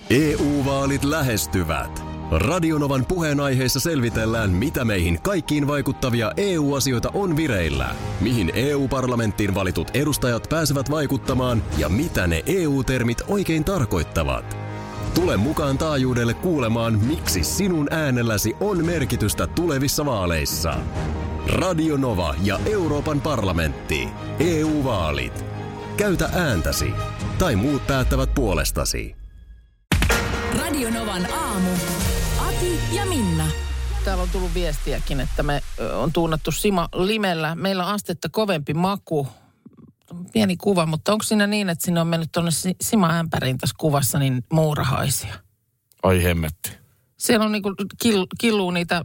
EU-vaalit lähestyvät. Radionovan puheenaiheessa selvitellään, mitä meihin kaikkiin vaikuttavia EU-asioita on vireillä, mihin EU-parlamenttiin valitut edustajat pääsevät vaikuttamaan ja mitä ne EU-termit oikein tarkoittavat. Tule mukaan taajuudelle kuulemaan, miksi sinun äänelläsi on merkitystä tulevissa vaaleissa. Radio Nova ja Euroopan parlamentti. EU-vaalit. Käytä ääntäsi. Tai muut päättävät puolestasi. Radio Novan aamu. Ati ja Minna. Täällä on tullut viestiäkin, että me on tuunattu Sima Limellä. Meillä on astetta kovempi maku. Pieni kuva, mutta onko siinä niin, että sinne on mennyt tuonne Sima Ämpäriin tässä kuvassa niin muurahaisia? Ai hemmetti. Siellä on niinku killuu niitä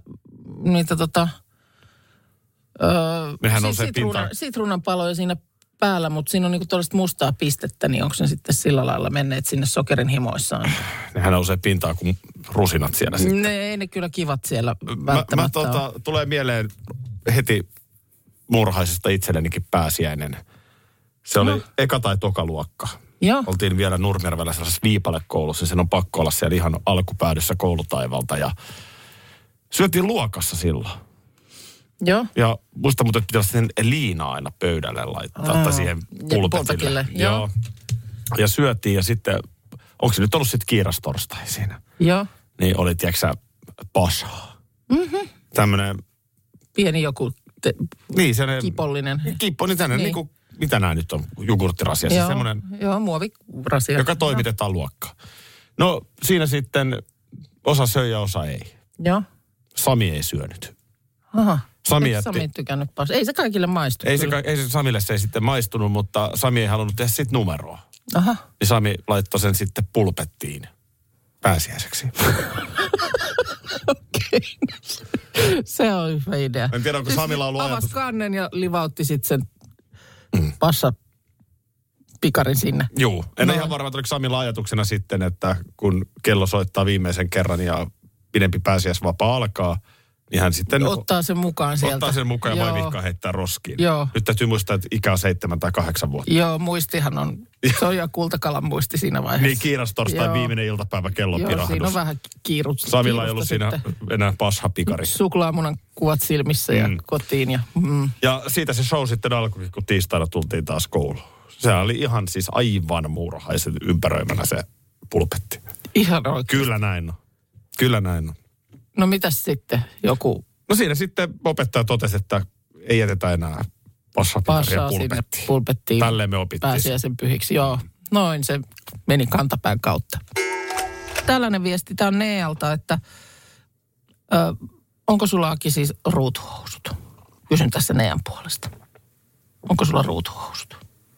Nehän on se sitruunan paloja siinä päällä, mutta siinä on niinku tuollaista mustaa pistettä, niin onko ne sitten sillä lailla menneet sinne sokerin himoissaan? Nehän nousee pintaa kuin rusinat siellä sitten. Ei ne kyllä kivat siellä välttämättä tulee mieleen heti muurahaisesta itsellenikin pääsiäinen. Se oli eka tai toka luokka. Joo. Oltiin vielä Nurmijärvellä sellaisessa viipalekoulussa. Sen on pakko olla siellä ihan alkupäädyssä koulutaivalta. Ja syötiin luokassa silloin. Joo. Ja musta muuten pitää sen liinaa aina pöydälle laittaa. Tai siihen pulpetille. Joo. Ja syötiin ja sitten, onko se nyt ollut sitten kiirastorstai siinä? Joo. Niin oli, tiedätkö pashaa. Mm-hmm. Tämmönen. Pieni joku kipollinen. Niin tämmönen niin kuin, mitä nämä nyt on, jogurttirasia. Siis semmoinen. Joo, muovirasia. Joka toimitetaan luokkaan. No siinä sitten osa söi ja osa ei. Joo. Sami ei syönyt. Aha. Sami tykännyt pashaa. Ei se kaikille maistu. Ei se Samille se ei sitten maistunut, mutta Sami ei halunnut tehdä siitä numeroa. Aha. Niin Sami laittoi sen sitten pulpettiin pääsiäiseksi. Okei. Se on hyvä idea. En tiedä, onko Samilla ollut ajatus. Avasi kannen ja livautti sitten sen pikarin sinne. Juu. En ihan varma, että oliko Samilla ajatuksena sitten, että kun kello soittaa viimeisen kerran ja pidempi pääsiäisvapaa alkaa, niin hän sitten ottaa sen mukaan sieltä. Ottaa sen mukaan ja vai vihkaa heittää roskiin. Joo. Nyt täytyy muistaa, että ikä on 7 tai 8 vuotta. Joo, muistihan on. Se on jo kultakalan muisti siinä vaiheessa. Niin, kiirastorstai viimeinen iltapäivä kellon pirahdus. Siinä on vähän kiirut. Samilla ei ollut siinä enää pasha-pikari. Suklaamunan kuvat silmissä ja kotiin. Ja siitä se show sitten alkoi, kun tiistaina tultiin taas kouluun. Se oli ihan siis aivan muurahaisen ympäröimänä se pulpetti. Ihan oikein. Kyllä näin on. No mitäs sitten joku? No siinä sitten opettaja totesi, että ei jätetä enää passaa pulpettiin. Tälleen me opittiin. Pääsiäisen pyhiksi, joo. Noin se meni kantapään kautta. Tällainen viesti, tämä on Nealta, että onko sulla Aki siis ruutuhousut? Kysyn tässä Nean puolesta. Onko sulla ruutuhousut?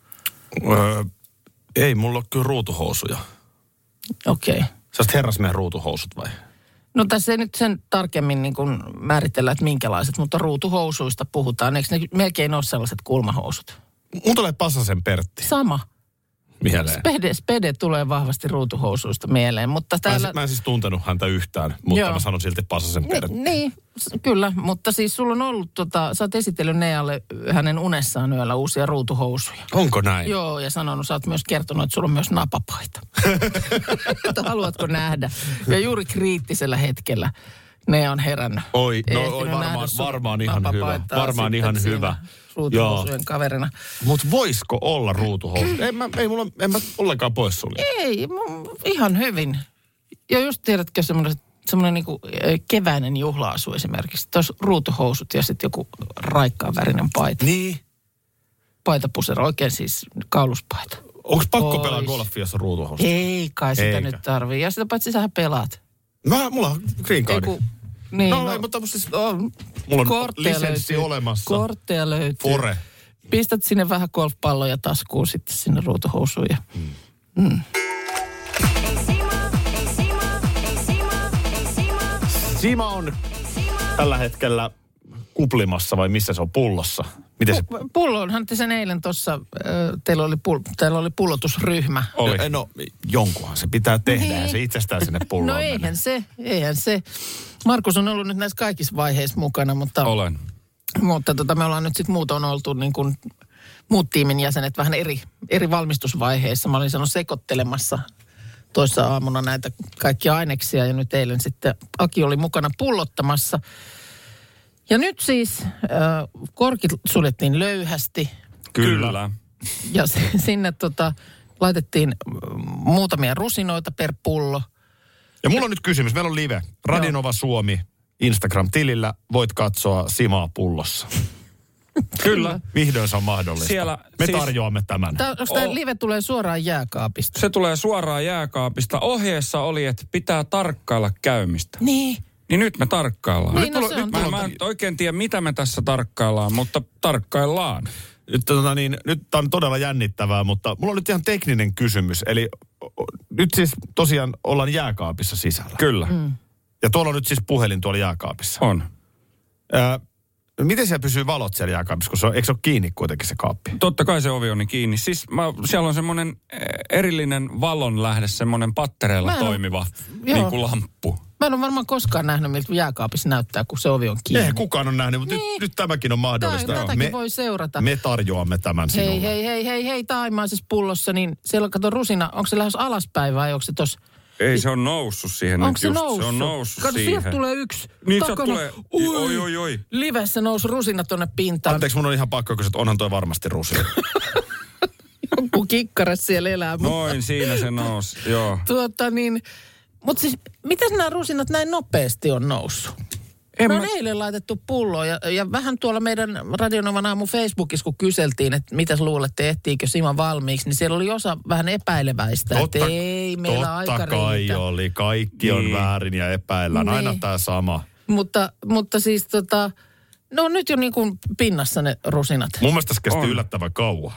Ei, mulla ole kyllä ruutuhousuja. Okei. Sellaiset herrasmiehen ruutuhousut vai? No tässä ei nyt sen tarkemmin niin kuin määritellä, että minkälaiset, mutta ruutuhousuista puhutaan. Eikö ne melkein ole sellaiset kulmahousut? Mun tulee Passasen Pertti. Sama. Mieleen. Spede tulee vahvasti ruutuhousuista mieleen, mutta täällä... Mä en siis tuntenut häntä yhtään, mutta mä sanon silti Passasen Pertti. Niin, kyllä, mutta siis sulla on ollut, sä oot esitellyt Nealle hänen unessaan yöllä uusia ruutuhousuja. Onko näin? Joo, ja sanonut, sä oot myös kertonut, että sulla on myös napapaita. Haluatko nähdä? Ja juuri kriittisellä hetkellä Nea on herännyt. Oi varmaan ihan hyvä. Varmaan ihan hyvä. Ruutuhousujen kaverina. Mutta voisiko olla ruutuhousut? En mä ollenkaan pois sulje. Ei, ihan hyvin. Ja just tiedätkö semmoinen niinku keväinen juhla-asu esimerkiksi. Tuossa ruutuhousut ja sitten joku raikkaan värinen paita. Niin. Paitapusero, oikein siis kauluspaita. Onko pakko pelaa golfia, jos on ruutuhousut? Ei kai sitä nyt tarvii. Ja sitä paitsi sähän pelaat. Mulla on green cardi. Niin, ei, mutta siis mulla on lisenssi olemassa. Kortteja löytyy. Fore. Pistät sinne vähän golfpalloja taskuun sitten sinne ruutuhousuun. Sima on tällä hetkellä kuplimassa vai missä se on pullossa? Miten se? Pulloonhan te sen eilen tuossa, teillä oli pullotusryhmä. No jonkunhan se pitää tehdä ja se itsestään sinne pulloon. No eihän se. Markus on ollut nyt näissä kaikissa vaiheissa mukana, mutta... Olen. Mutta me ollaan nyt sitten muutoin oltu niin kuin muut tiimin jäsenet vähän eri valmistusvaiheissa. Mä olin sanonut sekoittelemassa toissa aamuna näitä kaikkia aineksia ja nyt eilen sitten Aki oli mukana pullottamassa. Ja nyt siis korkit suljettiin löyhästi. Kyllä. Ja sinne laitettiin muutamia rusinoita per pullo. Ja mulla on nyt kysymys. Meillä on live. Radio Nova Suomi Instagram-tilillä. Voit katsoa Simaa pullossa. Kyllä. Vihdoin se on mahdollista. Siellä, Me tarjoamme tämän. Onko tämä live tulee suoraan jääkaapista? Se tulee suoraan jääkaapista. Ohjeessa oli, että pitää tarkkailla käymistä. Niin. Niin nyt me tarkkaillaan. Niin, no se on Mä en oikein tiedä, mitä me tässä tarkkaillaan, mutta tarkkaillaan. Nyt tämä on todella jännittävää, mutta mulla on nyt ihan tekninen kysymys. Eli nyt siis tosiaan ollaan jääkaapissa sisällä. Kyllä. Ja tuolla on nyt siis puhelin tuolla jääkaapissa. On. Miten siellä pysyy valot siellä jääkaapissa, kun eikö se ole kiinni kuitenkin se kaappi? Totta kai se ovi on kiinni. Siis siellä on semmoinen erillinen valonlähde, semmoinen pattereilla toimiva niin kuin lamppu. Mä en ole varmaan koskaan nähnyt, miltä jääkaapissa näyttää, kun se ovi on kiinni. Ei kukaan on nähnyt, mutta nyt tämäkin on mahdollista. Tätäkin voi seurata. Me tarjoamme tämän sinulle. Hei, taimaisessa pullossa, niin siellä kato rusina, onko se lähes alaspäin vai onko se tossa? Ei, se on noussut siihen. Onko se just, noussut? Se on noussut kato, siihen. sieltä tulee yksi. Niin takana. tulee. Oi. Livessä nousi rusina tonne pintaan. Anteeksi, mun on ihan pakko kysyä, että onhan toi varmasti rusina. Joku kikkare siellä elää. Noin, siinä se nousi, joo. Mutta siis, miten nämä rusinat näin nopeasti on noussut? Me on eilen laitettu pulloon ja vähän tuolla meidän Radio Novan aamu Facebookissa, kun kyseltiin, että mitäs luulette, ehtiikö Sima valmiiksi, niin siellä oli osa vähän epäileväistä, että ei meillä aika riitä. Totta kai oli, kaikki on väärin ja epäillään, aina tämä sama. Mutta siis no nyt jo niin kuin pinnassa ne rusinat. Mun mielestä se kesti yllättävän kauan.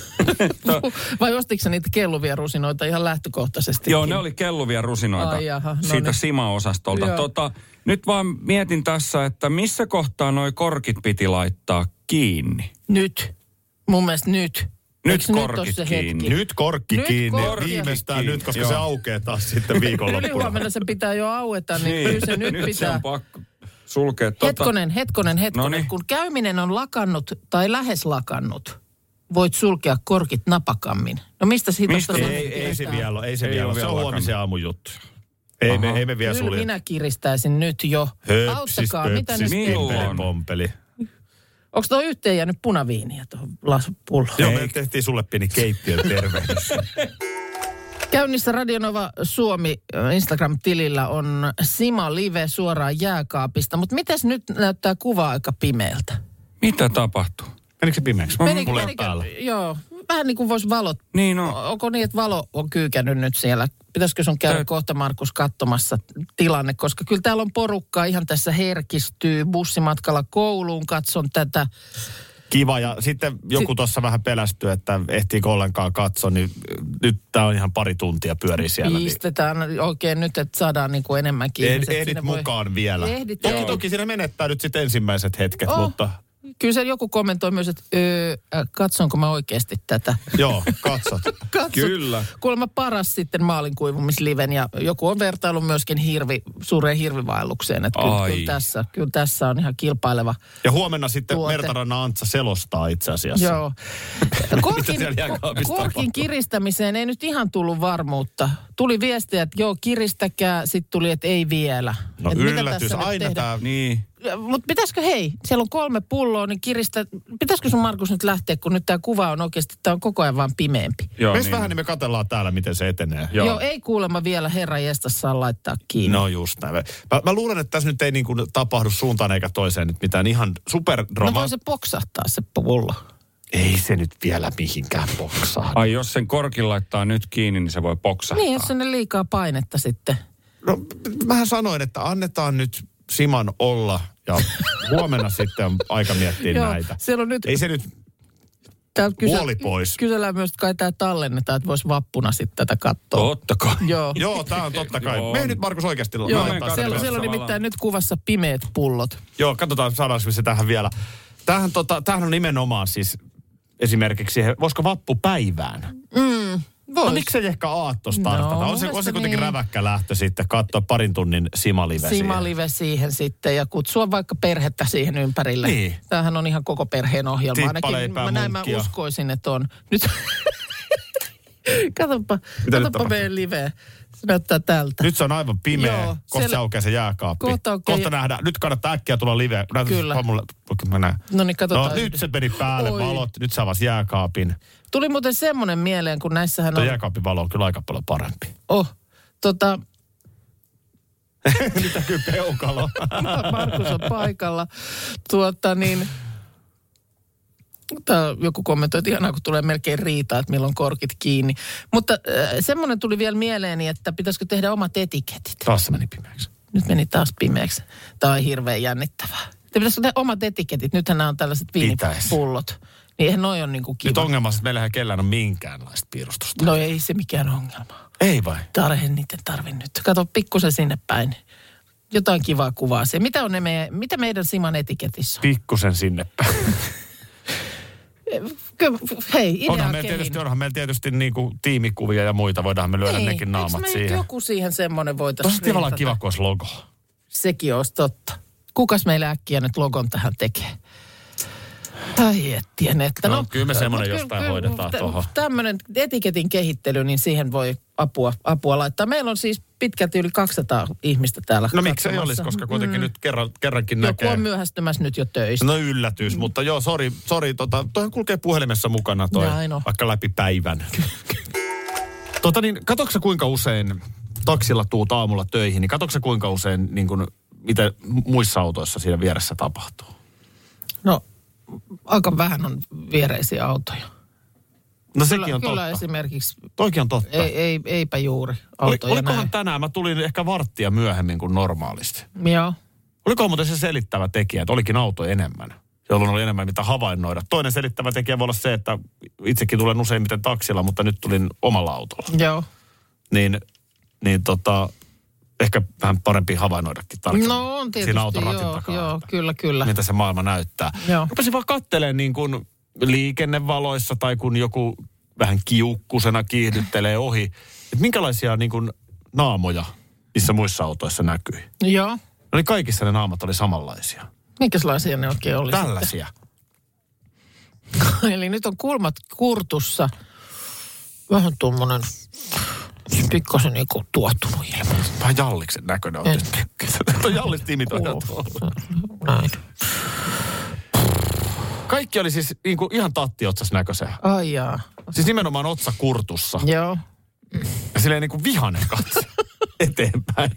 Vai ostitko sä niitä kelluvia rusinoita ihan lähtökohtaisesti? Joo, ne oli kelluvia rusinoita siitä Sima-osastolta. Nyt vaan mietin tässä, että missä kohtaa noi korkit piti laittaa kiinni? Nyt. Mun mielestä nyt. Nyt korkit kiinni. Nyt korkki kiinni. Viimeistään nyt, koska se aukeaa taas sitten viikonloppuna. Ylihuomenna se pitää jo aueta, niin kyllä se nyt pitää. Se on pakko sulkea. Hetkonen. Noniin. Kun käyminen on lakannut tai lähes lakannut, voit sulkea korkit napakammin. No mistä siitä? Ei se vielä ole. Se on huomisen aamun juttu. Ei me vielä sulje. Kyllä minä kiristäisin nyt jo. Auttakaa, mitä nyt pompeli. Onko tuo yhteen jäänyt punaviiniä tuohon pulloon? Joo, me tehtiin sulle pieni keittiön tervehdys. Käynnissä Radio Nova Suomi Instagram-tilillä on Sima Live suoraan jääkaapista, mutta mitäs nyt näyttää kuva aika pimeältä? Mitä tapahtuu? Menikö se pimeäksi? Mulla ei päällä. Joo, vähän niin kuin voisi valot. Niin on. Onko niin, että valo on kyykännyt nyt siellä? Pitäisikö sun käydä kohta, Markus, katsomassa tilanne? Koska kyllä täällä on porukkaa, ihan tässä herkistyy. Bussimatkalla kouluun katson tätä. Kiva, ja sitten joku tuossa vähän pelästyy, että ehtiikö ollenkaan katsoa, niin nyt tää on ihan pari tuntia pyörii siellä. Pistetään oikein nyt, että saadaan niin kuin enemmänkin ihmiset. Ehdit mukaan vielä. Toki siinä menettää nyt sitten ensimmäiset hetket, mutta... Kyllä se joku kommentoi myös, että katsonko mä oikeasti tätä. Joo, katsot. Kyllä. Kuulemma paras sitten maalinkuivumisliven ja joku on vertailu myöskin suureen hirvivaellukseen. Että kyllä tässä on ihan kilpaileva. Ja huomenna sitten Mertarannan Antsa selostaa itse asiassa. Joo. Korkin kiristämiseen ei nyt ihan tullut varmuutta. Tuli viestiä, että joo, kiristäkää. Sitten tuli, että ei vielä. No et yllätys, aina tämä. Niin. Mutta pitäisikö, siellä on 3 pulloa, niin pitäisikö sun Markus nyt lähteä, kun nyt tämä kuva on oikeasti, tämä on koko ajan vaan pimeämpi. Vähän niin me katsellaan täällä, miten se etenee. Joo, ei kuulemma vielä herra jestas saa laittaa kiinni. No just näin. Mä luulen, että tässä nyt ei niin kuin tapahdu suuntaan eikä toiseen nyt mitään ihan superdramaa. No voi se poksahtaa se pullo. Ei se nyt vielä mihinkään poksaa. Ai jos sen korkin laittaa nyt kiinni, niin se voi poksahtaa. Niin, jos sinne liikaa painetta sitten. No mähän sanoin, että annetaan nyt Siman olla ja huomenna sitten on aika miettiä näitä. Siellä on nyt... Ei se nyt huoli pois. Kysellään myös, että kai tämä tallennetaan, että voisi vappuna sitten tätä katsoa. Totta kai. Joo, tämä on totta kai. Me nyt Markus oikeasti siellä on nimittäin nyt kuvassa pimeät pullot. Joo, katsotaan saadaanko se tähän vielä. Tämähän on nimenomaan siis esimerkiksi, voisiko vappupäivään? Vois. No miksi ei ehkä aatto startata? No, on se kuitenkin räväkkä lähtö sitten katsoa parin tunnin Sima-live siihen. Sima-live siihen sitten ja kutsua vaikka perhettä siihen ympärille. Niin. Tämähän on ihan koko perheen ohjelma. Ainakin mä uskoisin, että on. Nyt katsoppa meidän liveä. Se näyttää tältä. Nyt se on aivan pimeä. Joo, kohta se aukeaa se jääkaappi. Kohta nähdään. Nyt kannattaa äkkiä tulla live. Kyllä. No niin, katsotaan. No nyt se meni päälle valot. Nyt se avasi jääkaapin. Tuli muuten semmoinen mieleen, kun näissähän on... Tuo jääkaapin valo on kyllä aika paljon parempi. Nyt näkyy peukalo. Markus on paikalla. Joku kommentoi, että ihanaa, kun tulee melkein riitaa, että milloin korkit kiinni. Mutta semmoinen tuli vielä mieleeni, että pitäisikö tehdä omat etiketit. Taas se meni pimeäksi. Nyt meni taas pimeäksi. Tämä on hirveän jännittävää. Pitäisikö tehdä omat etiketit? Nythän nämä on tällaiset viinipullot. Niin eihän noi on niinku kiva. Nyt ongelma, että meillähän kellään on minkäänlaista piirustusta. No ei se mikään ongelma. Ei vai? Niiden tarvi nyt. Kato pikkusen sinne päin. Jotain kivaa kuvaa se. Mitä meidän Siman etiketissä on? Pikkusen sinne päin. Hei, onhan meillä tietysti niinku tiimikuvia ja muita. Voidaan me lyödä nekin naamat siihen. Joku siihen semmoinen voitaisiin. Tosi tavallaan kiva, kun olisi logo. Sekin olisi totta. Kukas meille äkkiä nyt logon tähän tekee? Ai ettien, että no kyllä me semmoinen jostain hoidetaan tuohon. Tämmöinen etiketin kehittely, niin siihen voi apua laittaa. Meillä on siis pitkälti yli 200 ihmistä täällä. No miksei olisi, koska kuitenkin nyt kerrankin näkee. Joku on myöhästymässä nyt jo töistä. No yllätys, mutta joo, sori, toihan kulkee puhelimessa mukana vaikka läpi päivän. Katoksa kuinka usein taksilla tuut aamulla töihin, niin katoksa kuinka usein, niin kuin, mitä muissa autoissa siinä vieressä tapahtuu? No, aika vähän on viereisiä autoja. No sekin on totta. Kyllä esimerkiksi. Toikin on totta. Eipä juuri autoja. Olikohan tänään, mä tulin ehkä varttia myöhemmin kuin normaalisti. Joo. Olikohan muuten se selittävä tekijä, että olikin auto enemmän, jolloin oli enemmän mitä havainnoida. Toinen selittävä tekijä voi olla se, että itsekin tulen useimmiten taksilla, mutta nyt tulin omalla autolla. Joo. Niin ehkä vähän parempi havainnoidakin tarkemmin. No on tietysti, joo, kyllä. Mitä se maailma näyttää. Joo. Rupesin vaan katselemaan niin kuin liikennevaloissa tai kun joku vähän kiukkusena kiihdyttelee ohi. Että minkälaisia niin kuin naamoja missä muissa autoissa näkyi. Joo. No niin kaikissa ne naamat oli samanlaisia. Minkälaisia ne oikein oli? Tällaisia. Eli nyt on kulmat kurtussa. Vähän tuommoinen pikkasen niinku tuottunut ilme. Vähän Jalliksen näköinen on tietysti. Tuo Jallis imitoida tuolla. Näin. Kaikki oli siis niinku ihan tattiotsas näköisiä. Ai jaa. Siis nimenomaan otsa kurtussa. Joo. Ja silleen niinku vihanen katse eteenpäin.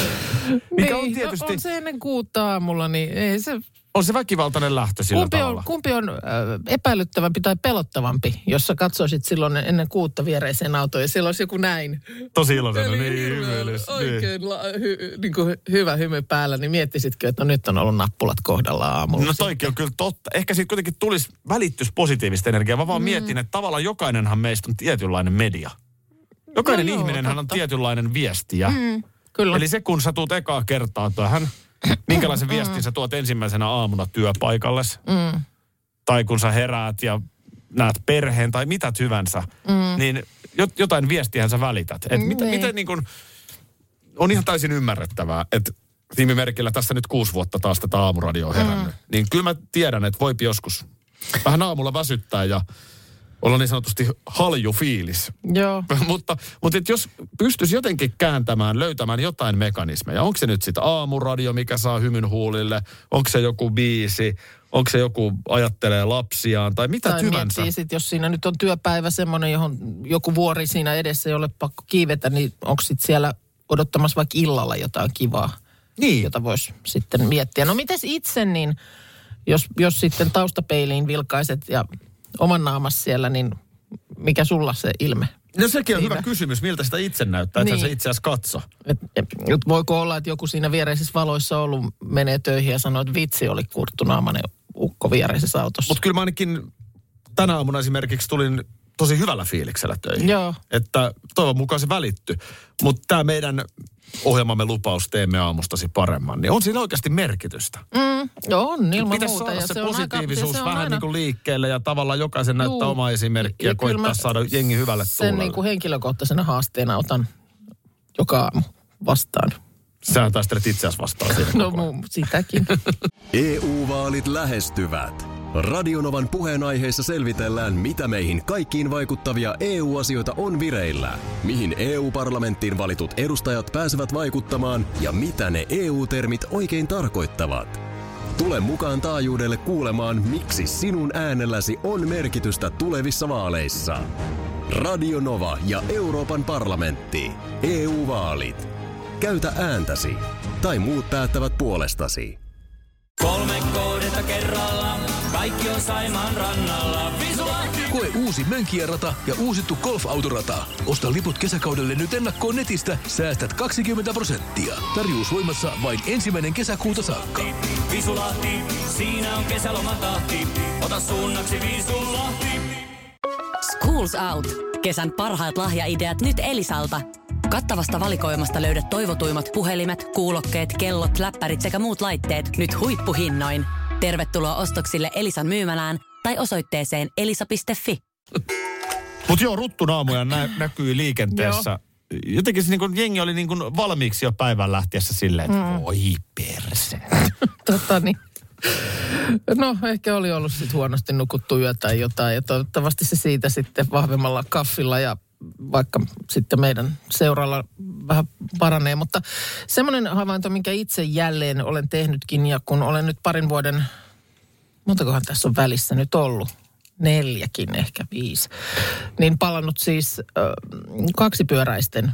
Mikä on tietysti... on se ennen 6 aamulla, niin ei se... On se väkivaltainen lähtö sillä tavalla. Kumpi on epäilyttävämpi tai pelottavampi, jos sä katsoisit silloin ennen 6 viereiseen autoon ja siellä olisi joku näin. Tosi iloisena, niin hymyilyssä. Oikein hyvä hymy päällä, niin miettisitkö, että no nyt on ollut nappulat kohdalla aamulla. No toikin on kyllä totta. Ehkä siitä kuitenkin välittyisi positiivista energiaa. Mä vaan mietin, että tavallaan jokainenhan meistä on tietynlainen media. Jokainen ihminenhän on tietynlainen viestiä. Kyllä. Eli se, kun sä tuut ekaa kertaa tähän, minkälaisen viestin sä tuot ensimmäisenä aamuna työpaikalles, tai kun sä heräät ja näet perheen tai mitä hyvänsä, niin jotain viestiähän sä välität. Et miten niin kun, on ihan täysin ymmärrettävää, että nimimerkillä tässä nyt 6 vuotta taas tätä aamuradioa herännyt. Niin kyllä mä tiedän, että voipi joskus vähän aamulla väsyttää ja olla niin sanotusti haljufiilis. Joo. mutta jos pystyisi jotenkin kääntämään, löytämään jotain mekanismeja. Onko se nyt sitten aamuradio, mikä saa hymyn huulille? Onko se joku biisi? Onko se joku ajattelee lapsiaan? Tai mitä hyvänsä? Tai miettii sit, jos siinä nyt on työpäivä semmoinen, johon joku vuori siinä edessä, jolle pakko kiivetä, niin onko sitten siellä odottamassa vaikka illalla jotain kivaa? Niin. Jota voisi sitten miettiä. No mites itse, niin jos sitten taustapeiliin vilkaiset ja oman naamassa siellä, niin mikä sulla se ilme? No sekin on hyvä kysymys, miltä sitä itse näyttää, että se itse asiassa katso. Et voiko olla, että joku siinä viereisissä valoissa ollut, menee töihin ja sanoo, että vitsi oli kurttunaamainen ukko viereisessä autossa. Mutta kyllä mä ainakin tänä aamuna esimerkiksi tulin tosi hyvällä fiiliksellä töihin. Joo. Että toivon mukaan se välitty. Mutta tämä meidän ohjelmamme lupaus teemme aamustasi paremman, niin on siinä oikeasti merkitystä. On, ilman pitäisi muuta. Saada ja se on positiivisuus aika, vähän aina... niin kuin liikkeelle ja tavallaan jokaisen näyttää omaa esimerkkiä ja koittaa saada jengi hyvälle tuulelle. Sen niin kuin henkilökohtaisena haasteena otan joka aamu vastaan. Sähän taistelet itse asiassa vastaan siinä. No sitäkin. EU-vaalit lähestyvät. Radio Novan puheenaiheessa selvitellään, mitä meihin kaikkiin vaikuttavia EU-asioita on vireillä, mihin EU-parlamenttiin valitut edustajat pääsevät vaikuttamaan ja mitä ne EU-termit oikein tarkoittavat. Tule mukaan taajuudelle kuulemaan, miksi sinun äänelläsi on merkitystä tulevissa vaaleissa. Radio Nova ja Euroopan parlamentti. EU-vaalit. Käytä ääntäsi. Tai muut päättävät puolestasi. 3 kohdetta kerralla. Kaikki on Saimaan rannalla. Visulahti! Koe uusi Mönkijärata ja uusittu golfautorata. Osta liput kesäkaudelle nyt ennakkoon netistä. Säästät 20%. Tarjous voimassa vain 1. kesäkuuta saakka. Visulahti, siinä on kesälomatahti. Ota suunnaksi Visulahti. Schools Out. Kesän parhaat lahjaideat nyt Elisalta. Kattavasta valikoimasta löydät toivotuimmat puhelimet, kuulokkeet, kellot, läppärit sekä muut laitteet nyt huippuhinnoin. Tervetuloa ostoksille Elisan myymälään tai osoitteeseen elisa.fi. Mutta joo, ruttu naamuja näkyy liikenteessä. Jotenkin se niin jengi oli niin valmiiksi jo päivän lähtiessä silleen, että voi perse. Niin. No, ehkä oli ollut sitten huonosti nukuttu yö tai jotain. Ja toivottavasti se siitä sitten vahvemmalla kaffilla ja vaikka sitten meidän seuralla vähän paranee. Mutta semmoinen havainto, minkä itse jälleen olen tehnytkin ja kun olen nyt parin vuoden, montakohan tässä on välissä nyt ollut, 4, ehkä 5, niin palannut siis kaksipyöräisten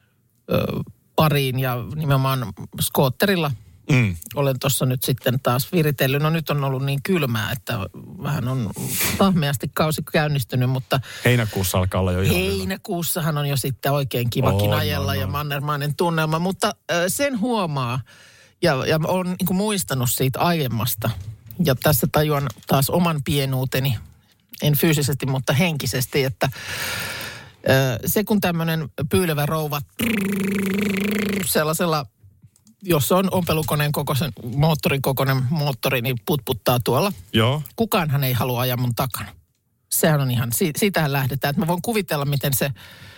pariin ja nimenomaan skootterilla. Olen tuossa nyt sitten taas viritellyt. No nyt on ollut niin kylmää, että vähän on tahmeasti kausi käynnistynyt, mutta heinäkuussa alkaa olla jo ihan heinäkuussahan on jo sitten oikein ajella ja mannermainen tunnelma, mutta sen huomaa ja olen niin kuin muistanut siitä aiemmasta. Ja tässä tajuan taas oman pienuuteni, en fyysisesti, mutta henkisesti, että se kun tämmöinen pyylevä rouva sellaisella, jos on ompelukoneen kokoisen, moottorin kokoinen moottori, niin putputtaa tuolla. Joo. Kukaanhan ei halua ajaa mun takana. Sehän on ihan, siitähän lähdetään. Että mä voin kuvitella, miten se,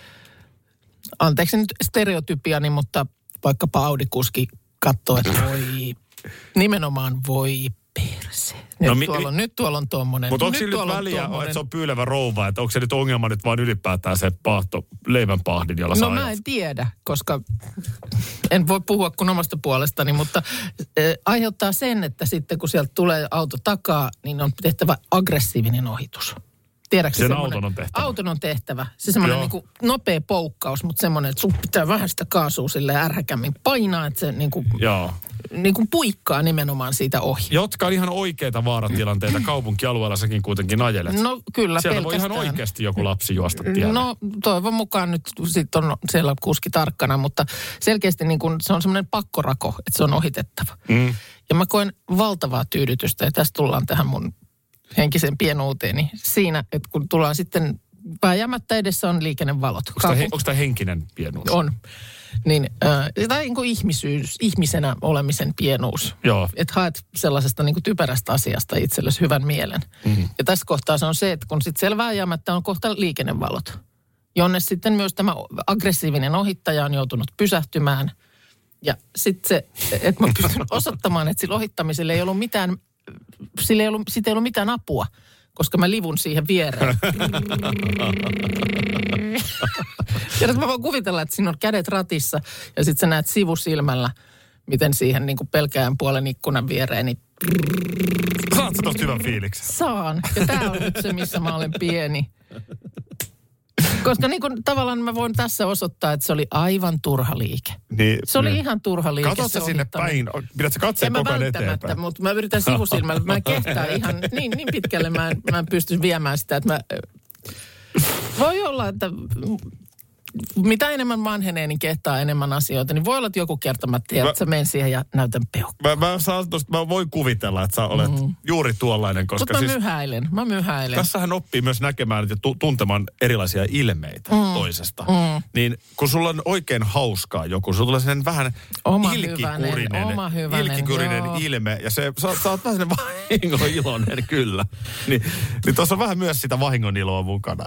anteeksi nyt stereotypiani, mutta vaikkapa Audi-kuski katsoo, että voi, nimenomaan voi perse. Nyt tuolla on tommonen. Mutta onko sillä nyt väliä, että se on pyylevä rouva, että onko se nyt ongelma nyt vaan ylipäätään se leivänpahdin, jolla saa mä en tiedä, koska en voi puhua kuin omasta puolestani, mutta aiheuttaa sen, että sitten kun sieltä tulee auto takaa, niin on tehtävä aggressiivinen ohitus. Tiedätkö sen auton on tehtävä? Auton on tehtävä. Se semmoinen niin kuin nopea poukkaus, mutta semmoinen, että sun pitää vähän sitä kaasua silleen ärhäkämmin painaa, että se niin kuin puikkaa nimenomaan siitä ohi. Jotka on ihan oikeita vaaratilanteita kaupunkialueella, säkin kuitenkin ajelet. No kyllä, siellä pelkästään. Voi ihan oikeasti joku lapsi juosta tielle. No toivon mukaan nyt sitten on siellä kuski tarkkana, mutta selkeästi niin kuin se on semmoinen pakkorako, että se on ohitettava. Ja mä koen valtavaa tyydytystä ja tässä tullaan tähän mun henkisen pienuuteeni siinä, että kun tullaan sitten vääjäämättä edessä on liikennevalot. Onko tämä henkinen pienuus? On. Niin, tai niin kuin ihmisenä olemisen pienuus. Joo. Että haet sellaisesta niin kuin typerästä asiasta itsellesi hyvän mielen. Ja tässä kohtaa se on se, että kun sitten siellä vääjäämättä on kohta liikennevalot, jonne sitten myös tämä aggressiivinen ohittaja on joutunut pysähtymään. Ja sitten se, että mä pystyn osoittamaan, että sillä ohittamisella ei ollut mitään, siitä ei ollut mitään apua, koska mä livun siihen viereen. Tiedätkö, mä voin kuvitella, että siinä on kädet ratissa ja sitten sä näet sivusilmällä, miten siihen niin kuin pelkään puolen ikkunan viereen, niin saat sä tosta hyvän fiiliksen? Saan. Ja tää on nyt se, missä mä olen pieni. Koska niin kuin tavallaan mä voin tässä osoittaa, että se oli aivan turha liike. niin, se oli ihan turha liike. Katsot sä sinne päin? Pidät sä katseen koko ajan eteenpäin? Mutta mä yritän sivusilmällä. Mä en kehtaa ihan niin pitkälle. Mä en pysty viemään sitä, että mä... Voi olla, että mitä enemmän vanhenee, niin kehtaa enemmän asioita. Niin voi olla, että joku kerta mä tiedän, että sä menen siihen ja näytän peukkuun. Mä voin kuvitella, että sä olet juuri tuollainen. Koska mutta mä myhäilen. Tässähän oppii myös näkemään ja tuntemaan erilaisia ilmeitä toisesta. Niin kun sulla on oikein hauskaa joku, sulla tulee sellainen vähän ilkikurinen ilme. Ja sä oot vähän sellainen vahingoiloinen kyllä. Niin tuossa on vähän myös sitä vahingoniloa mukana.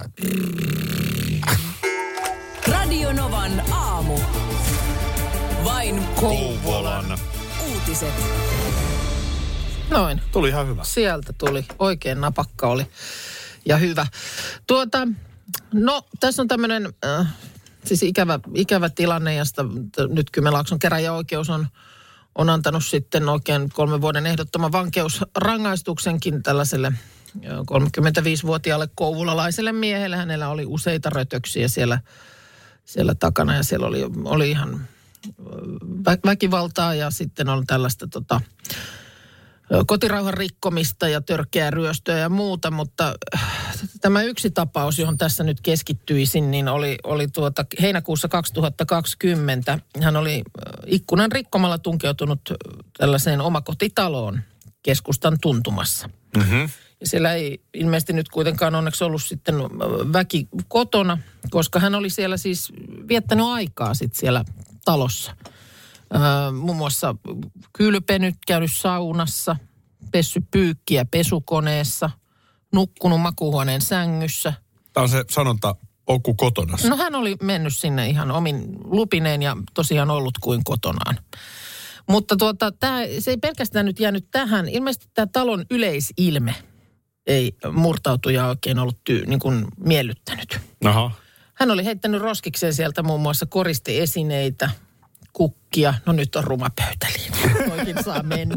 Radio Novan aamu. Vain Kouvolan uutiset. Noin. Tuli ihan hyvä. Sieltä tuli. Oikein napakka oli. Ja hyvä. No, tässä on tämmöinen siis ikävä tilanne, josta nyt Kymenlaakson käräjäoikeus on antanut sitten oikein 3 vuoden ehdottoman vankeusrangaistuksenkin tällaiselle 35-vuotiaalle kouvolalaiselle miehelle. Hänellä oli useita rötöksiä siellä takana ja siellä oli ihan väkivaltaa ja sitten on tällaista kotirauhan rikkomista ja törkeää ryöstöä ja muuta, mutta tämä yksi tapaus, johon tässä nyt keskittyisin, niin oli heinäkuussa 2020. Hän oli ikkunan rikkomalla tunkeutunut tällaiseen omakotitaloon keskustan tuntumassa. Mm-hmm. Ja siellä ei ilmeisesti nyt kuitenkaan onneksi ollut sitten väki kotona, koska hän oli siellä siis viettänyt aikaa sitten siellä talossa. Muun muassa kylpenyt, käynyt saunassa, pessy pyykkiä pesukoneessa, nukkunut makuuhuoneen sängyssä. Tämä on se sanonta, oku kotona. No hän oli mennyt sinne ihan omin lupineen ja tosiaan ollut kuin kotonaan. Mutta se ei pelkästään nyt jäänyt tähän. Ilmeisesti tämä talon yleisilme ei murtautuja oikein ollut niin kuin miellyttänyt. Aha. Hän oli heittänyt roskikseen sieltä muun muassa koristeesineitä, kukkia. No nyt on ruma pöytäliin. Toikin saa mennä.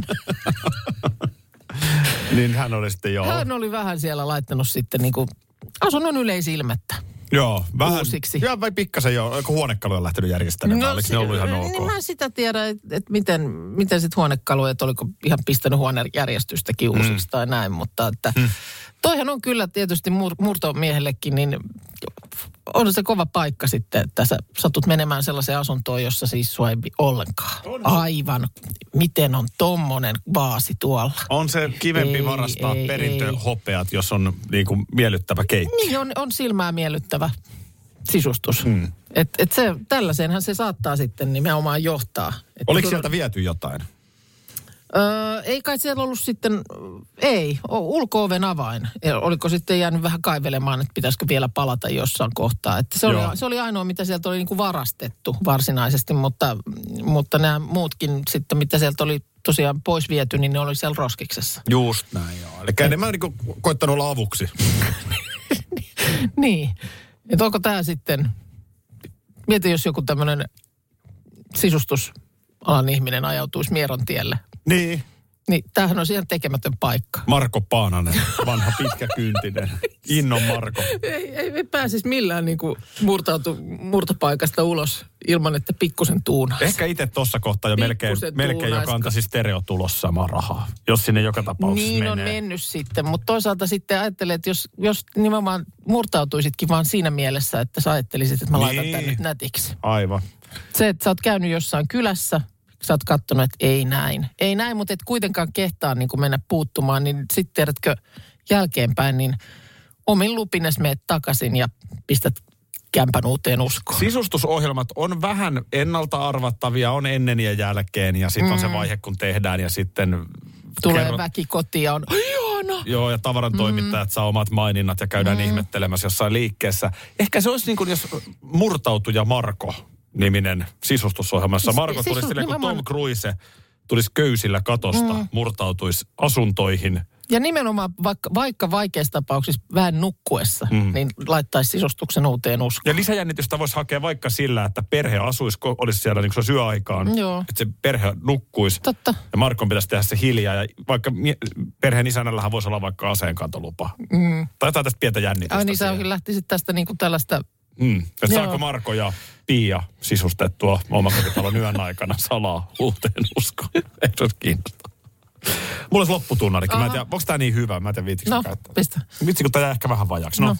Niin hän oli sitten Hän oli vähän siellä laittanut sitten niin kuin asunnon yleisilmettä. Joo, vähän. Uusiksi. Joo, vai pikkasen joo. Onko huonekaluja lähtenyt järjestämään? Oliko ne ollut ihan ok? Niin mä sitä tiedän, että miten sitten huonekaluja, että oliko ihan pistänyt huonejärjestystäkin uusiksi tai näin. Mutta että toihan on kyllä tietysti murtomiehellekin, niin on se kova paikka sitten, että sä satut menemään sellaiseen asuntoon, jossa siis sua ei ollenkaan. Aivan. Miten on tommonen vaasi tuolla? On se kivempi varastaa perintöhopeat, jos on niinku miellyttävä keittiö. Niin, on silmää miellyttävä sisustus. Tällaiseenhan se saattaa sitten nimenomaan johtaa. Oliko sieltä viety jotain? Ei kai siellä ollut sitten, ulko-oven avain. Oliko sitten jäänyt vähän kaivelemaan, että pitäisikö vielä palata jossain kohtaa. Että se oli ainoa, mitä sieltä oli niin kuin varastettu varsinaisesti, mutta nämä muutkin sitten, mitä sieltä oli tosiaan pois viety, niin ne oli siellä roskiksessa. Just näin, joo. Eli enemmän niin kuin koittanut olla avuksi. Niin. Että onko tämä sitten, mieti jos joku tämmöinen sisustusalan ihminen ajautuisi Mieron tielle. Niin. Niin, tämähän on ihan tekemätön paikka. Marko Paananen, vanha pitkäkyntinen. Innon Marko. Ei pääsisi millään niin kuin murtopaikasta ulos ilman, että pikkusen tuunaisi. Ehkä itse tuossa kohtaa jo melkein jo kantaisi stereotulos samaa rahaa, jos sinne joka tapauksessa niin menee. On mennyt sitten, mutta toisaalta sitten ajattelee, että jos nimenomaan murtautuisitkin vaan siinä mielessä, että sä ajattelisit, että mä laitan tän nyt nätiksi. Aivan. Se, että sä oot käynyt jossain kylässä, sä oot kattonut, että ei näin, mutta et kuitenkaan kehtaa niin kuin mennä puuttumaan, niin sitten tiedätkö jälkeenpäin, niin omin lupines meet takaisin ja pistät kämpän uuteen uskoon. Sisustusohjelmat on vähän ennalta arvattavia, on ennen ja jälkeen ja sitten on se vaihe, kun tehdään ja sitten tulee väki kotiin ja on ihana. Joo, ja tavaran toimittajat saa omat maininnat ja käydään ihmettelemässä jossain liikkeessä. Ehkä se olisi niin kuin, jos Murtautuja Marko -niminen sisustusohjelmassa. Marko tulisi silleen, kun Tom Cruise tulisi köysillä katosta, murtautuisi asuntoihin. Ja nimenomaan vaikka vaikeassa tapauksissa vähän nukkuessa, niin laittaisi sisustuksen uuteen uskoon. Ja lisäjännitystä voisi hakea vaikka sillä, että perhe olisi siellä niin kuin yöaikaan. Joo. Että se perhe nukkuisi. Totta. Ja Markon pitäisi tehdä se hiljaa. Ja vaikka perheen isännällähän voisi olla vaikka aseenkantolupa. Tai jotain tästä pientä jännitystä. Niin sä lähtisit tästä niin kuin tällaista. Että saako Marko ja Pia sisustettua omakotitalon yön aikana salaa uuteen uskoon? Eikö se olisi kiinnostaa? Mulla olisi lopputunnarikin. Mä en tiedä, onko tää niin hyvä? Mä en tiedä, viitsikö käyttää. Pistä. Vitsi, kun tää jää ehkä vähän vajaksi. No.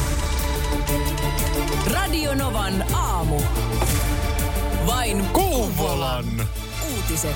Radio Novan aamu. Vain Kouvolan uutiset.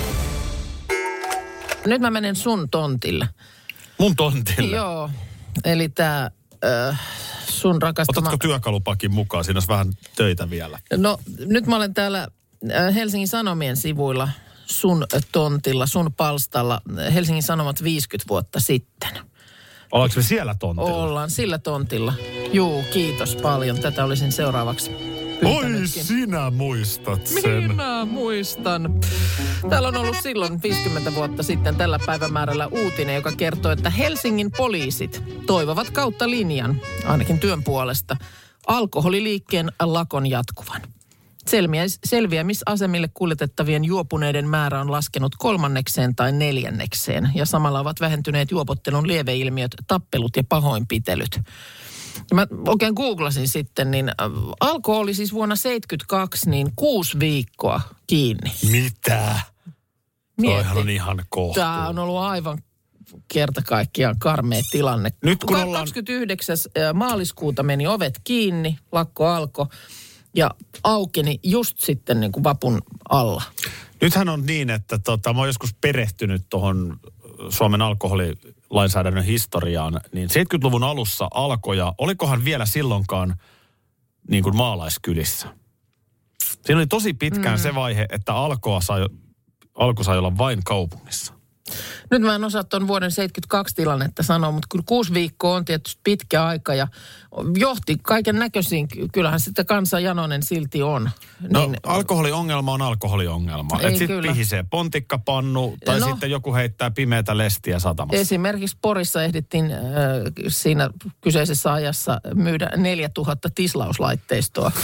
Nyt mä menen sun tontille. Mun tontille? Joo. Eli tää sun rakastama. Otatko työkalupakin mukaan? Siinä olisi vähän töitä vielä. No, nyt mä olen täällä Helsingin Sanomien sivuilla sun tontilla, sun palstalla. Helsingin Sanomat 50 vuotta sitten. Ollaanko me siellä tontilla? Ollaan sillä tontilla. Juu, kiitos paljon. Tätä olisin seuraavaksi pyytänytkin. Sinä muistat sen. Minä muistan. Täällä on ollut silloin 50 vuotta sitten tällä päivämäärällä uutinen, joka kertoo, että Helsingin poliisit toivovat kautta linjan, ainakin työn puolesta, alkoholiliikkeen lakon jatkuvan. Selviämisasemille kuljetettavien juopuneiden määrä on laskenut 3. tai 4. ja samalla ovat vähentyneet juopottelun lieveilmiöt, tappelut ja pahoinpitelyt. Mä oikein googlasin sitten, niin Alko oli siis vuonna 1972 niin 6 viikkoa kiinni. Mitä? Toihan on ihan kohtuus. Tämä on ollut aivan kerta kaikkiaan karmea tilanne. Nyt kun 29. maaliskuuta meni ovet kiinni, lakko alkoi ja aukeni just sitten niin kuin vapun alla. Nythän on niin, että mä oon joskus perehtynyt tuohon Suomen alkoholilainsäädännön historiaan, niin 70-luvun alussa Alkoja, olikohan vielä silloinkaan niin kuin maalaiskylissä? Siinä oli tosi pitkään se vaihe, että Alko sai olla vain kaupungissa. Nyt mä en osaa tuon vuoden 72 tilannetta sanoa, mutta kyllä 6 viikkoa on tietysti pitkä aika ja johti kaiken näköisiin. Kyllähän sitä kansan janoinen silti on. No niin, alkoholiongelma on alkoholiongelma. Että sitten pihisee pontikkapannu tai sitten joku heittää pimeätä lestiä satamassa. Esimerkiksi Porissa ehdittiin siinä kyseisessä ajassa myydä 4000 tislauslaitteistoa.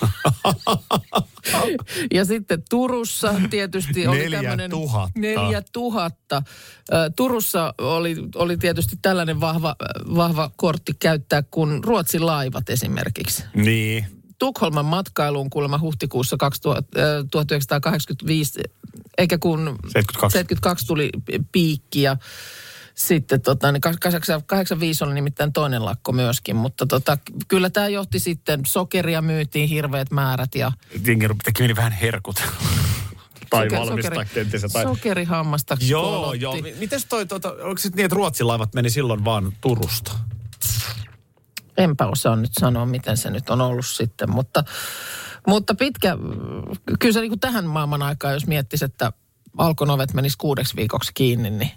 Ja sitten Turussa tietysti oli tämmöinen 4000. Turussa oli tietysti tällainen vahva kortti käyttää kuin Ruotsin laivat esimerkiksi. Niin. Tukholman matkailuun kuulemma huhtikuussa 1985, eikä kun 72 tuli piikki ja sitten 85 oli nimittäin toinen lakko myöskin, mutta kyllä tämä johti sitten, sokeria myytiin hirveät määrät ja... Teki meni vähän herkut. Tai valmistaa kenties. Sokerihammasta kolotti. Joo. Mites onko sitten niin, että Ruotsin laivat meni silloin vaan Turusta? Enpä osaa nyt sanoa, miten se nyt on ollut sitten, mutta pitkä, kyllä se niin kuin tähän maailman aikaan, jos miettisi, että Alkon ovet menisi 6 viikoksi kiinni, niin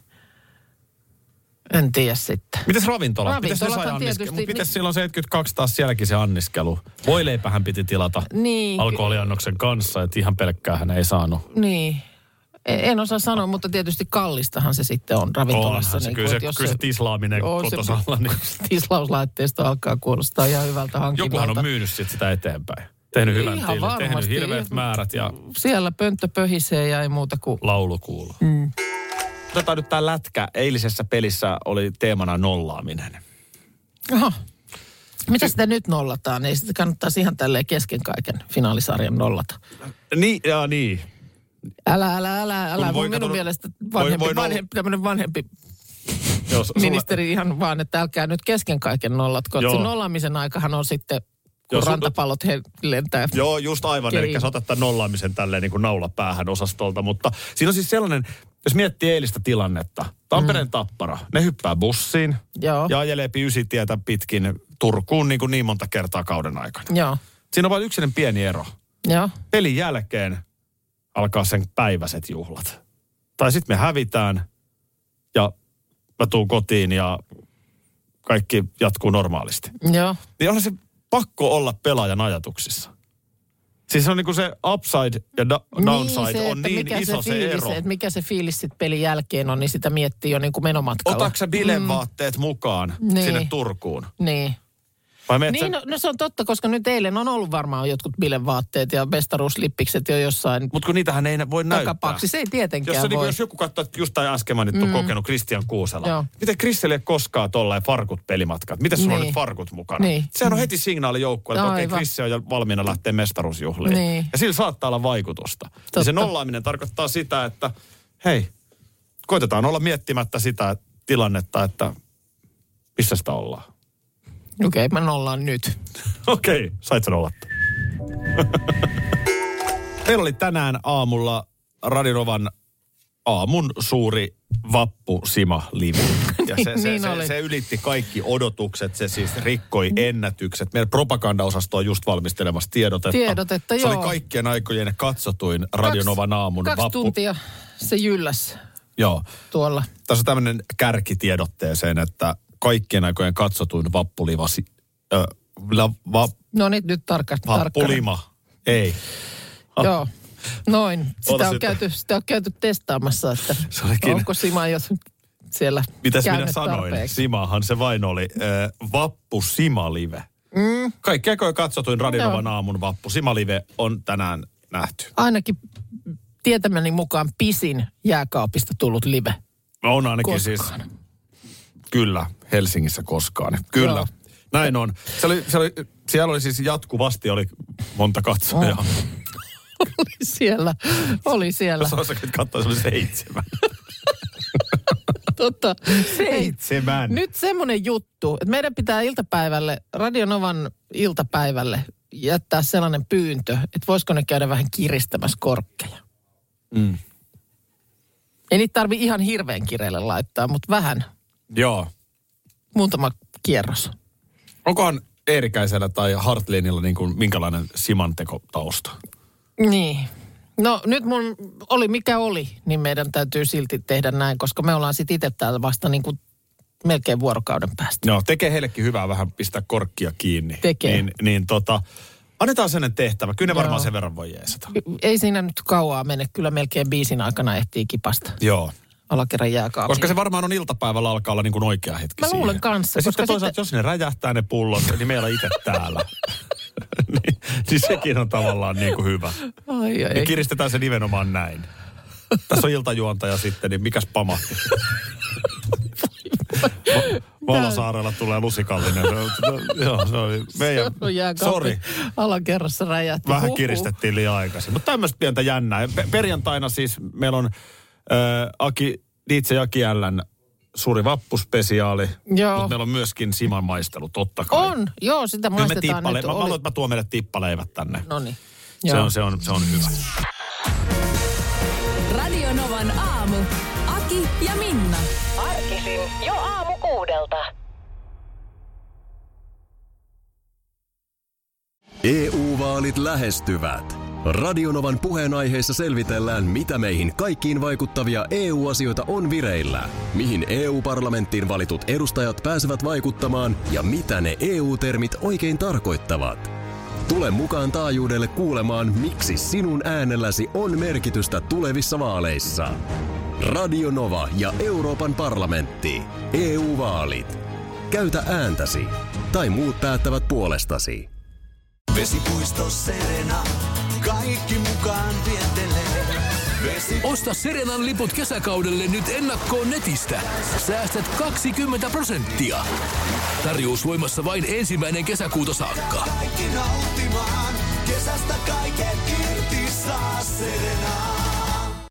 en tiedä sitten. Mites ravintolat? Mites ne sai anniskelu? Mites silloin 72 taas sielläkin se anniskelu? Voileipähän piti tilata alkoholiannoksen kanssa, että ihan pelkkäähän ei saanut. Niin. En osaa sanoa, mutta tietysti kallistahan se sitten on ravintolassa. Onhan se, niin, kyllä se tislaaminen kotosalla. Niin. Tislauslaitteisto alkaa kuulostaa ihan hyvältä hankinnalta. Jokuhan on myynyt sitä eteenpäin. Tehnyt hyvän tilin, tehnyt hirveät määrät. Ja siellä pönttö pöhisee ja ei muuta kuin... laulu kuuluu. Otetaan nyt tämä lätkä. Eilisessä pelissä oli teemana nollaaminen. Aha. Mitä sitä nyt nollataan? Ei sitä kannattaisi ihan tälleen kesken kaiken finaalisarjan nollata. Niin. Älä. Minun mielestä vanhempi ministeri ihan vaan, että älkää nyt kesken kaiken nollatko. Se nollaamisen aikahan on sitten, kun rantapallot lentää. Joo, just aivan. Eli sä otat tämän nollaamisen tälleen niin kuin naula päähän osastolta. Mutta siinä on siis sellainen, jos miettii eilistä tilannetta. Tampereen Tappara, ne hyppää bussiin ja ajelee Ysitietä pitkin Turkuun niin monta kertaa kauden aikana. Joo. Siinä on vain yksinen pieni ero. Joo. Pelin jälkeen alkaa sen päiväiset juhlat. Tai sitten me hävitään ja mä tuun kotiin ja kaikki jatkuu normaalisti. Joo. Niin onhan se pakko olla pelaajan ajatuksissa. Siis se on niinku se upside ja downside on niin iso se ero. Että mikä se fiilis sitten pelin jälkeen on, niin sitä miettii jo niinku menomatkalla. Otatko sä bilevaatteet mukaan sinne Turkuun? Niin. Niin, no se on totta, koska nyt eilen on ollut varmaan jotkut bilevaatteet ja mestaruuslippikset jo jossain. Mutta kun niitähän ei voi näyttää. Se ei tietenkään voi. Jos joku katsoo, että just tämä äsken mainittu kokenut Kristian Kuusela. Joo. Miten Kristille ei koskaan tollain farkut pelimatkat? Miten sulla on nyt farkut mukana? Niin. Sehän on heti signaali joukkueelle, että okei, Krissi on jo valmiina lähteä mestaruusjuhliin. Niin. Ja sillä saattaa olla vaikutusta. Ja se nollaaminen tarkoittaa sitä, että hei, koitetaan olla miettimättä sitä tilannetta, että missä sitä ollaan. Okei, mä nollaan nyt. Okei, sait sä nollattu. Meillä oli tänään aamulla Radio Novan aamun suuri vappu-sima-live. Ja se ylitti kaikki odotukset, se siis rikkoi ennätykset. Meidän propagandaosasto on just valmistelemassa tiedotetta. Se oli kaikkien aikojen katsotuin Radio Novan aamun vappu. 2 tuntia se jylläs. Joo. Tuolla. Tässä on tämmöinen kärkitiedotteeseen, että kaikkien aikojen katsotuin vappulivasi. No niin, nyt tarkkaan. Vappulima. Ei. Joo, noin. Sitä on käyty testaamassa, että onko Sima jo siellä mitäs minä käynyt sanoin? tarpeeksi. Simahan se vain oli. Vappu Sima-live. Kaikki aikojen katsotuin Radionovan aamun Vappu Sima-live on tänään nähty. Ainakin tietämäni mukaan pisin jääkaapista tullut live. On ainakin koskaan. Siis. Kyllä, Helsingissä koskaan. Kyllä, joo. Näin on. Siellä oli siis jatkuvasti monta katsojaa. Oli siellä. Jos osakin katsoa, se oli 7. Totta. 7. Nyt semmoinen juttu, että meidän pitää Radionovan iltapäivälle jättää sellainen pyyntö, että voisiko ne käydä vähän kiristämässä korkkeja. Ei niitä tarvitse ihan hirveän kireelle laittaa, mutta vähän. Joo. Muutama kierros. Onkohan Eerikäisellä tai Hartlinilla niin kuin minkälainen simantekotausta? Niin. No nyt mun oli mikä oli, niin meidän täytyy silti tehdä näin, koska me ollaan sitten itse täällä vasta niin kuin melkein vuorokauden päästä. Joo, tekee heillekin hyvää vähän pistää korkkia kiinni. Tekee. Annetaan sen tehtävä. Kyllä ne varmaan sen verran voi jeesata. Ei siinä nyt kauaa mene. Kyllä melkein biisin aikana ehtii kipasta. Joo. Alakerran jääkaapin. Koska se varmaan on iltapäivällä alkaa olla niin kuin oikea hetki siihen. Mä luulen kanssa. Ja sitten toisaalta, jos ne räjähtää ne pullot, niin meillä on itse täällä. niin sekin on tavallaan niin kuin hyvä. Ai. Niin kiristetään se nimenomaan näin. Tässä on iltajuontaja sitten, niin mikäs pamahti? Valosaarella tulee lusikallinen. Joo, se oli meidän. Sori. Alakerrassa räjähti. Vähän kiristettiin liian aikaisin. Mutta tämmöistä pientä jännää. Perjantaina siis meillä on DJ Aki Ällän suuri vappuspesiaali. Mutta meillä on myöskin Siman maistelu, totta kai. On, joo, sitä maistetaan nyt. Mä haluan, että mä tuon meille tippaleivät tänne. Noniin. Se on hyvä. Radionovan aamu. Aki ja Minna. Arkisin jo aamu 6:00. EU-vaalit lähestyvät. Radionovan puheenaiheessa selvitellään, mitä meihin kaikkiin vaikuttavia EU-asioita on vireillä, mihin EU-parlamenttiin valitut edustajat pääsevät vaikuttamaan ja mitä ne EU-termit oikein tarkoittavat. Tule mukaan taajuudelle kuulemaan, miksi sinun äänelläsi on merkitystä tulevissa vaaleissa. Radio Nova ja Euroopan parlamentti. EU-vaalit. Käytä ääntäsi. Tai muut päättävät puolestasi. Vesipuisto Serena. Kaikki mukaan vientelee. Osta Serenan liput kesäkaudelle nyt ennakkoon netistä. Säästät 20%. Tarjous voimassa vain 1. kesäkuuta saakka. Kaikki nauttimaan. Kesästä kaiken irti saa Serena.